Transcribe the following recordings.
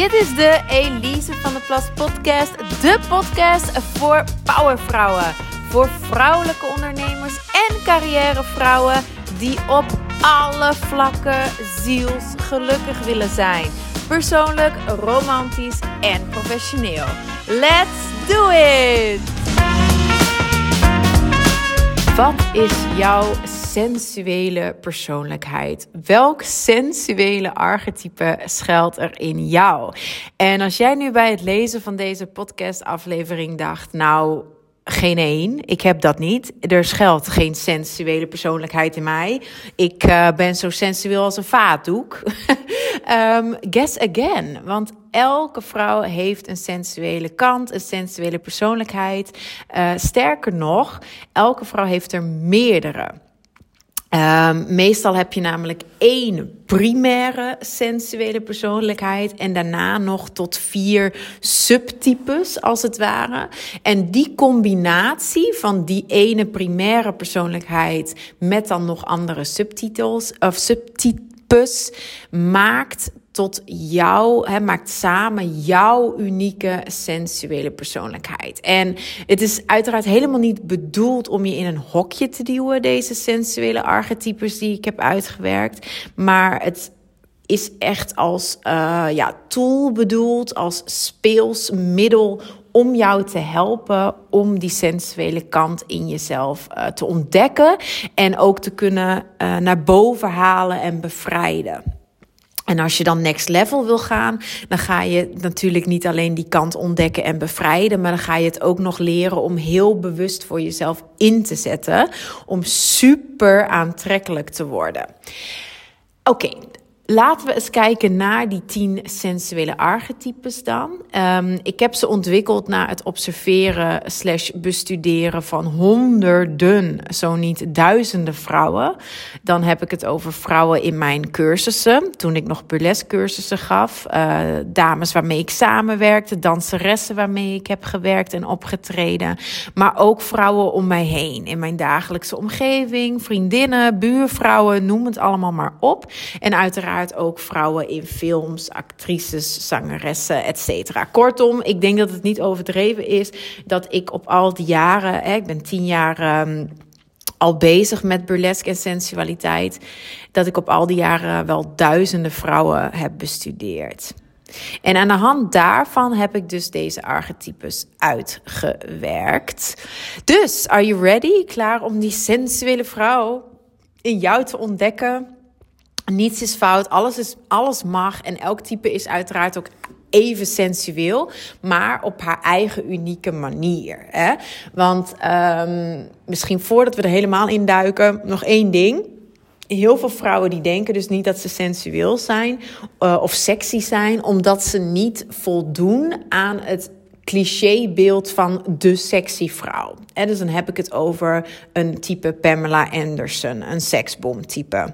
Dit is de Elise van der Plas podcast. De podcast voor powervrouwen. Voor vrouwelijke ondernemers en carrièrevrouwen die op alle vlakken zielsgelukkig willen zijn. Persoonlijk, romantisch en professioneel. Let's do it! Wat is jouw sensuele persoonlijkheid? Welk sensuele archetype schuilt er in jou? En als jij nu bij het lezen van deze podcastaflevering dacht, nou, geen één, ik heb dat niet. Er schuilt geen sensuele persoonlijkheid in mij. Ik ben zo sensueel als een vaatdoek. Guess again, want elke vrouw heeft een sensuele kant, een sensuele persoonlijkheid. Sterker nog, elke vrouw heeft er meerdere. Meestal heb je namelijk 1 primaire sensuele persoonlijkheid en daarna nog tot 4 subtypes als het ware. En die combinatie van die ene primaire persoonlijkheid met dan nog andere subtypes maakt maakt samen jouw unieke sensuele persoonlijkheid. En het is uiteraard helemaal niet bedoeld om je in een hokje te duwen, deze sensuele archetypes die ik heb uitgewerkt. Maar het is echt als tool bedoeld, als speels middel om jou te helpen om die sensuele kant in jezelf te ontdekken en ook te kunnen naar boven halen en bevrijden. En als je dan next level wil gaan, dan ga je natuurlijk niet alleen die kant ontdekken en bevrijden, maar dan ga je het ook nog leren om heel bewust voor jezelf in te zetten, om super aantrekkelijk te worden. Oké. Laten we eens kijken naar die 10 sensuele archetypes dan. Ik heb ze ontwikkeld na het observeren / bestuderen van honderden, zo niet duizenden vrouwen. Dan heb ik het over vrouwen in mijn cursussen, toen ik nog burlesque cursussen gaf. Dames waarmee ik samenwerkte, danseressen waarmee ik heb gewerkt en opgetreden. Maar ook vrouwen om mij heen, in mijn dagelijkse omgeving, vriendinnen, buurvrouwen, noem het allemaal maar op. En uiteraard ook vrouwen in films, actrices, zangeressen, etc. Kortom, ik denk dat het niet overdreven is dat ik op al die jaren, ik ben 10 jaar al bezig met burlesque en sensualiteit, dat ik op al die jaren wel duizenden vrouwen heb bestudeerd. En aan de hand daarvan heb ik dus deze archetypes uitgewerkt. Dus, are you ready? Klaar om die sensuele vrouw in jou te ontdekken? Niets is fout, alles mag en elk type is uiteraard ook even sensueel, maar op haar eigen unieke manier. Hè? Want misschien voordat we er helemaal in duiken, nog 1 ding. Heel veel vrouwen die denken dus niet dat ze sensueel zijn of sexy zijn, omdat ze niet voldoen aan het clichébeeld van de sexy vrouw. En dus dan heb ik het over een type Pamela Anderson, een seksbom type.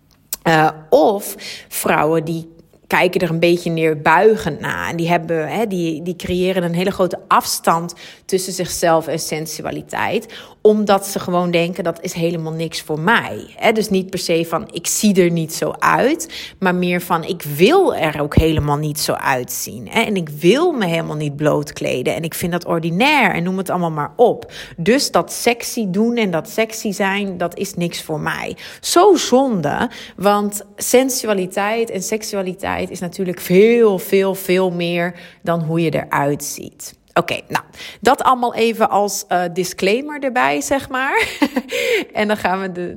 Of vrouwen die kijken er een beetje neerbuigend naar. En die creëren een hele grote afstand tussen zichzelf en sensualiteit. Omdat ze gewoon denken, dat is helemaal niks voor mij. Dus niet per se van, ik zie er niet zo uit. Maar meer van, ik wil er ook helemaal niet zo uitzien. En ik wil me helemaal niet blootkleden. En ik vind dat ordinair en noem het allemaal maar op. Dus dat sexy doen en dat sexy zijn, dat is niks voor mij. Zo zonde, want sensualiteit en seksualiteit is natuurlijk veel, veel, veel meer dan hoe je eruit ziet. Oké, nou, dat allemaal even als disclaimer erbij, zeg maar. En dan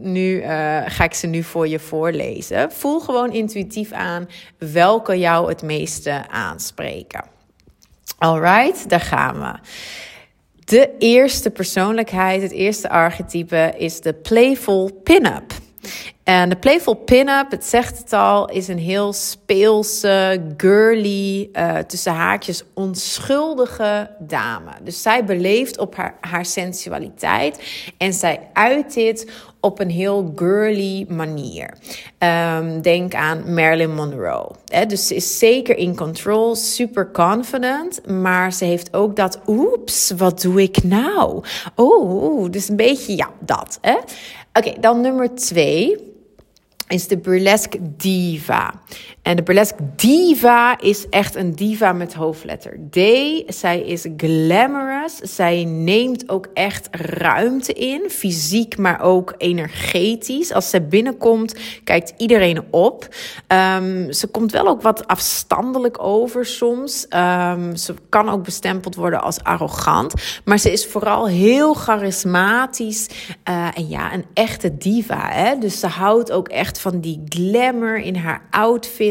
ga ik ze nu voor je voorlezen. Voel gewoon intuïtief aan welke jou het meeste aanspreken. Alright, daar gaan we. De eerste persoonlijkheid, het eerste archetype is de playful pin-up. En de playful pin-up, het zegt het al, is een heel speelse, girly, tussen haakjes onschuldige dame. Dus zij beleeft op haar sensualiteit en zij uit dit op een heel girly manier. Denk aan Marilyn Monroe. Dus ze is zeker in control, super confident, maar ze heeft ook dat, oeps, wat doe ik nou? Dus een beetje, ja, dat. Oké, dan nummer 2. is de burlesque diva. En de burlesque diva is echt een diva met hoofdletter D. Zij is glamorous. Zij neemt ook echt ruimte in, fysiek, maar ook energetisch. Als ze binnenkomt, kijkt iedereen op. Ze komt wel ook wat afstandelijk over soms. Ze kan ook bestempeld worden als arrogant. Maar ze is vooral heel charismatisch. En ja, een echte diva. Hè? Dus ze houdt ook echt van die glamour in haar outfits.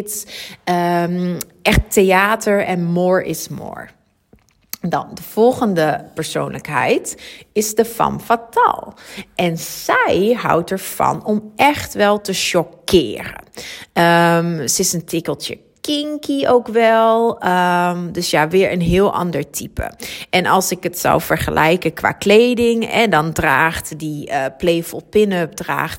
Echt theater en more is more. Dan de volgende persoonlijkheid is de femme fatale. En zij houdt ervan om echt wel te chockeren. Ze is een tikkeltje kinky ook wel. Dus ja, weer een heel ander type. En als ik het zou vergelijken qua kleding, dan draagt die Playful Pin-Up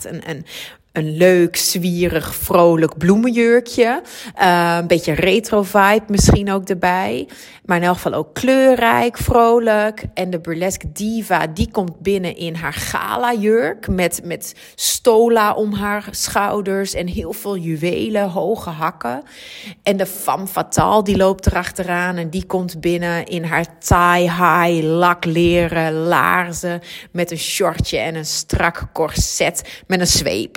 een leuk, zwierig, vrolijk bloemenjurkje. Een beetje retro vibe misschien ook erbij. Maar in elk geval ook kleurrijk, vrolijk. En de burlesque diva, die komt binnen in haar gala-jurk. Met stola om haar schouders en heel veel juwelen, hoge hakken. En de femme fatale, die loopt erachteraan. En die komt binnen in haar thigh-high, lakleren laarzen. Met een shortje en een strak corset met een zweep.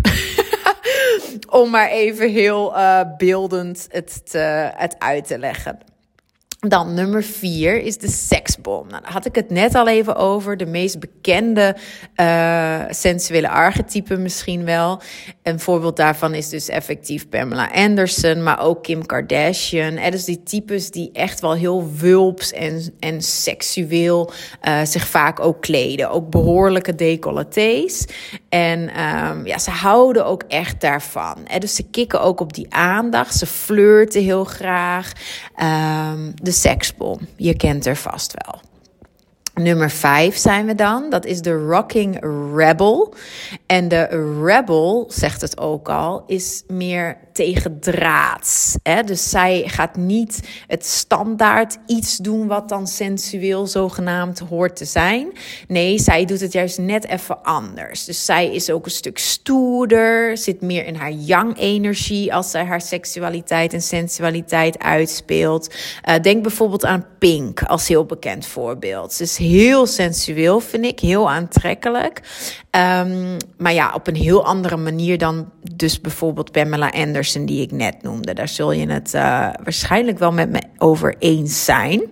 Om maar even heel beeldend het uit te leggen. Dan nummer 4 is de seksbom. Nou, daar had ik het net al even over. De meest bekende sensuele archetype misschien wel. Een voorbeeld daarvan is dus effectief Pamela Anderson, maar ook Kim Kardashian. Dus die types die echt wel heel wulps en seksueel zich vaak ook kleden. Ook behoorlijke decolletés. En ze houden ook echt daarvan. Dus ze kikken ook op die aandacht. Ze flirten heel graag. De seksbom, je kent er vast wel. Nummer 5 zijn we dan. Dat is de rocking rebel. En de rebel, zegt het ook al, is meer tegendraads. Dus zij gaat niet het standaard iets doen wat dan sensueel zogenaamd hoort te zijn. Nee, zij doet het juist net even anders. Dus zij is ook een stuk stoerder, zit meer in haar yang-energie als zij haar seksualiteit en sensualiteit uitspeelt. Denk bijvoorbeeld aan Pink als heel bekend voorbeeld. Ze is heel sensueel, vind ik, heel aantrekkelijk. Maar ja, op een heel andere manier dan dus bijvoorbeeld Pamela Anderson die ik net noemde. Daar zul je het waarschijnlijk wel met me over eens zijn.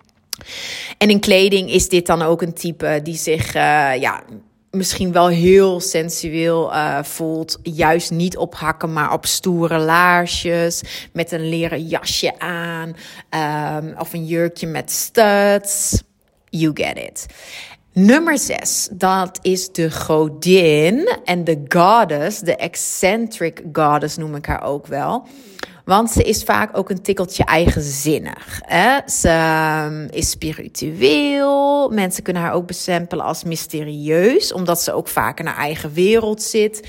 En in kleding is dit dan ook een type die zich misschien wel heel sensueel voelt. Juist niet op hakken, maar op stoere laarsjes. Met een leren jasje aan. Of een jurkje met studs. You get it. Nummer 6, dat is de godin en de goddess, de eccentric goddess noem ik haar ook wel. Want ze is vaak ook een tikkeltje eigenzinnig. Ze is spiritueel. Mensen kunnen haar ook bestempelen als mysterieus, omdat ze ook vaak in haar eigen wereld zit.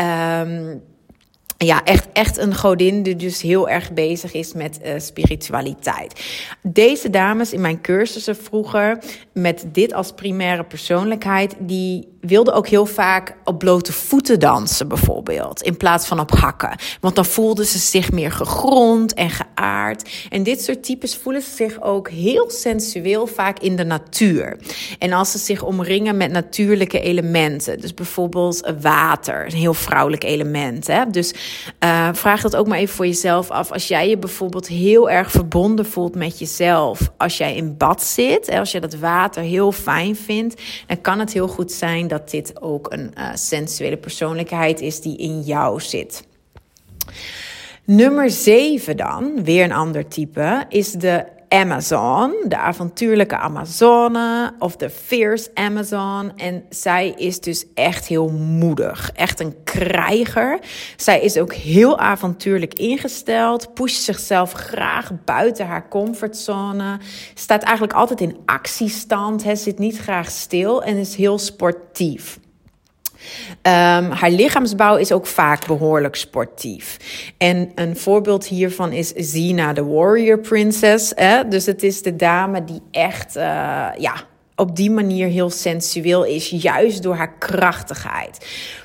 Echt een godin die dus heel erg bezig is met spiritualiteit. Deze dames in mijn cursussen vroeger, met dit als primaire persoonlijkheid, die wilden ook heel vaak op blote voeten dansen bijvoorbeeld, in plaats van op hakken. Want dan voelden ze zich meer gegrond en geaard. En dit soort types voelen zich ook heel sensueel vaak in de natuur. En als ze zich omringen met natuurlijke elementen, dus bijvoorbeeld water, een heel vrouwelijk element. Dus vraag dat ook maar even voor jezelf af. Als jij je bijvoorbeeld heel erg verbonden voelt met jezelf, als jij in bad zit, als je dat water heel fijn vindt, dan kan het heel goed zijn dat dit ook een sensuele persoonlijkheid is die in jou zit. Nummer 7 dan, weer een ander type, is de Amazon, de avontuurlijke Amazone of de fierce Amazon. En zij is dus echt heel moedig, echt een krijger. Zij is ook heel avontuurlijk ingesteld, pusht zichzelf graag buiten haar comfortzone, staat eigenlijk altijd in actiestand, zit niet graag stil en is heel sportief. Haar lichaamsbouw is ook vaak behoorlijk sportief. En een voorbeeld hiervan is Xena, de Warrior Princess. Dus het is de dame die echt op die manier heel sensueel is, juist door haar krachtigheid.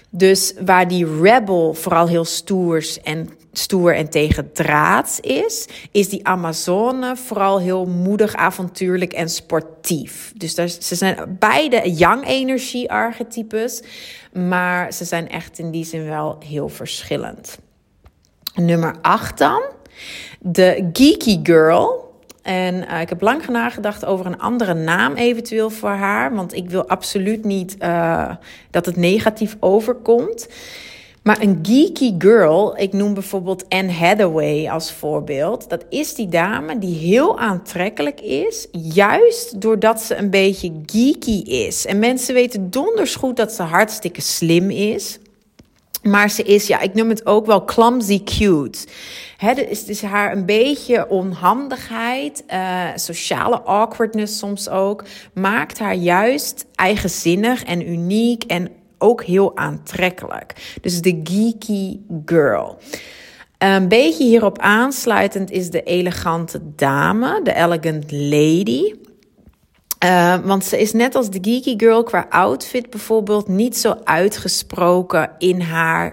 Dus waar die rebel vooral heel stoer en tegen draad is die Amazone vooral heel moedig, avontuurlijk en sportief. Dus ze zijn beide yang-energie archetypes, maar ze zijn echt in die zin wel heel verschillend. Nummer 8 dan, de geeky girl. En ik heb lang nagedacht over een andere naam eventueel voor haar. Want ik wil absoluut niet dat het negatief overkomt. Maar een geeky girl, ik noem bijvoorbeeld Anne Hathaway als voorbeeld. Dat is die dame die heel aantrekkelijk is. Juist doordat ze een beetje geeky is. En mensen weten donders goed dat ze hartstikke slim is. Maar ze is, ik noem het ook wel clumsy cute. Het is haar een beetje onhandigheid, sociale awkwardness soms ook, maakt haar juist eigenzinnig en uniek en ook heel aantrekkelijk. Dus de geeky girl. Een beetje hierop aansluitend is de elegante dame, de elegant lady. Want ze is net als de geeky girl qua outfit bijvoorbeeld niet zo uitgesproken in haar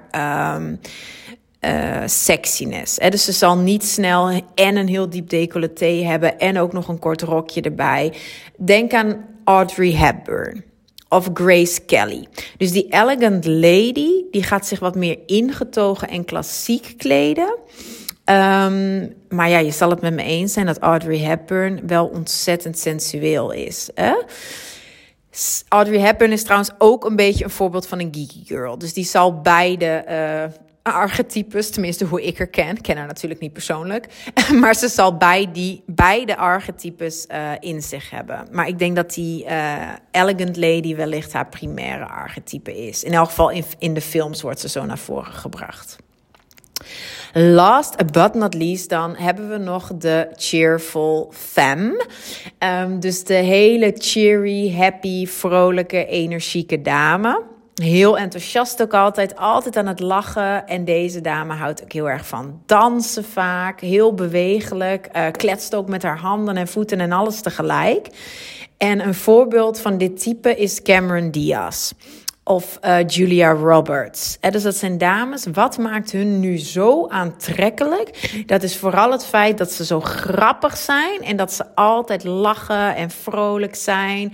sexiness. Dus ze zal niet snel en een heel diep decolleté hebben en ook nog een kort rokje erbij. Denk aan Audrey Hepburn of Grace Kelly. Dus die elegant lady, die gaat zich wat meer ingetogen en klassiek kleden. Maar je zal het met me eens zijn dat Audrey Hepburn wel ontzettend sensueel is. Audrey Hepburn is trouwens ook een beetje een voorbeeld van een geeky girl. Dus die zal beide archetypes, tenminste hoe ik haar ken haar natuurlijk niet persoonlijk, maar ze zal beide archetypes in zich hebben. Maar ik denk dat die elegant lady wellicht haar primaire archetype is. In elk geval in de films wordt ze zo naar voren gebracht. Last but not least dan hebben we nog de cheerful femme. Dus de hele cheery, happy, vrolijke, energieke dame. Heel enthousiast ook altijd aan het lachen. En deze dame houdt ook heel erg van dansen vaak. Heel bewegelijk, kletst ook met haar handen en voeten en alles tegelijk. En een voorbeeld van dit type is Cameron Diaz. Of Julia Roberts. Dus dat zijn dames. Wat maakt hun nu zo aantrekkelijk? Dat is vooral het feit dat ze zo grappig zijn. En dat ze altijd lachen en vrolijk zijn.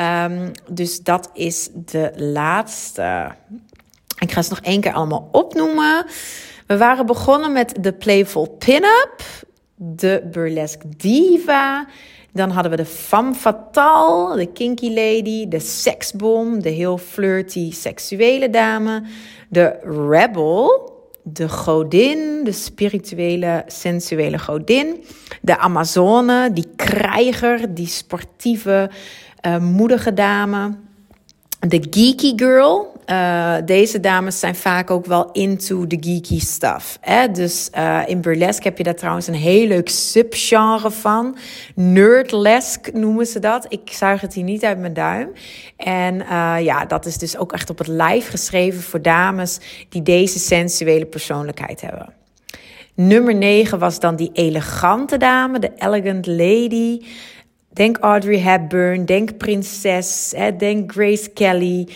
Dus dat is de laatste. Ik ga ze nog 1 keer allemaal opnoemen. We waren begonnen met de playful pin-up. De burlesque diva. Dan hadden we de femme fatale, de kinky lady, de seksbom, de heel flirty seksuele dame, de rebel, de godin, de spirituele, sensuele godin, de Amazone, die krijger, die sportieve, moedige dame, de geeky girl. Deze dames zijn vaak ook wel into the geeky stuff. Dus in burlesque heb je daar trouwens een heel leuk subgenre van. Nerdlesque noemen ze dat. Ik zuig het hier niet uit mijn duim. En dat is dus ook echt op het lijf geschreven voor dames die deze sensuele persoonlijkheid hebben. Nummer 9 was dan die elegante dame, de elegant lady. Denk Audrey Hepburn, denk prinses, denk Grace Kelly,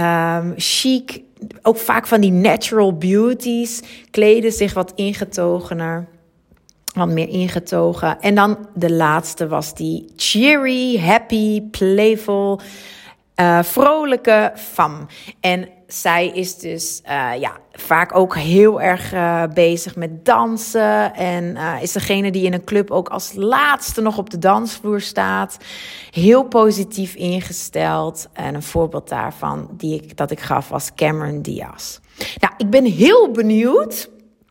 chic, ook vaak van die natural beauties, kleden zich wat ingetogener, wat meer ingetogen. En dan de laatste was die cheery, happy, playful, vrolijke femme. En zij is dus vaak ook heel erg bezig met dansen. En is degene die in een club ook als laatste nog op de dansvloer staat. Heel positief ingesteld. En een voorbeeld daarvan dat ik gaf was Cameron Diaz. Nou, ik ben heel benieuwd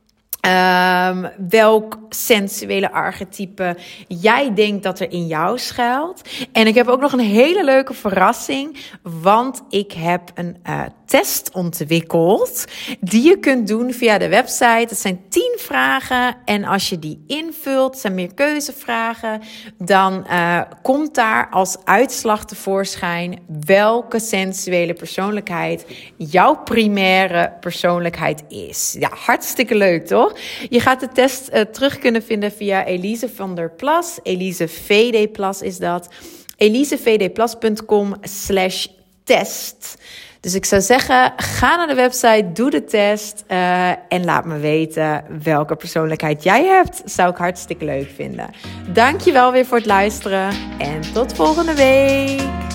welk sensuele archetype jij denkt dat er in jou schuilt. En ik heb ook nog een hele leuke verrassing, want ik heb een test ontwikkeld die je kunt doen via de website. Het zijn 10 vragen en als je die invult, het zijn meer keuzevragen, dan komt daar als uitslag tevoorschijn welke sensuele persoonlijkheid jouw primaire persoonlijkheid is. Ja, hartstikke leuk, toch? Je gaat de test terug kunnen vinden via Elise van der Plas. Elise VD Plas is dat. elisevdplas.com/test. test. Dus ik zou zeggen, ga naar de website, doe de test en laat me weten welke persoonlijkheid jij hebt. Zou ik hartstikke leuk vinden. Dankjewel weer voor het luisteren en tot volgende week.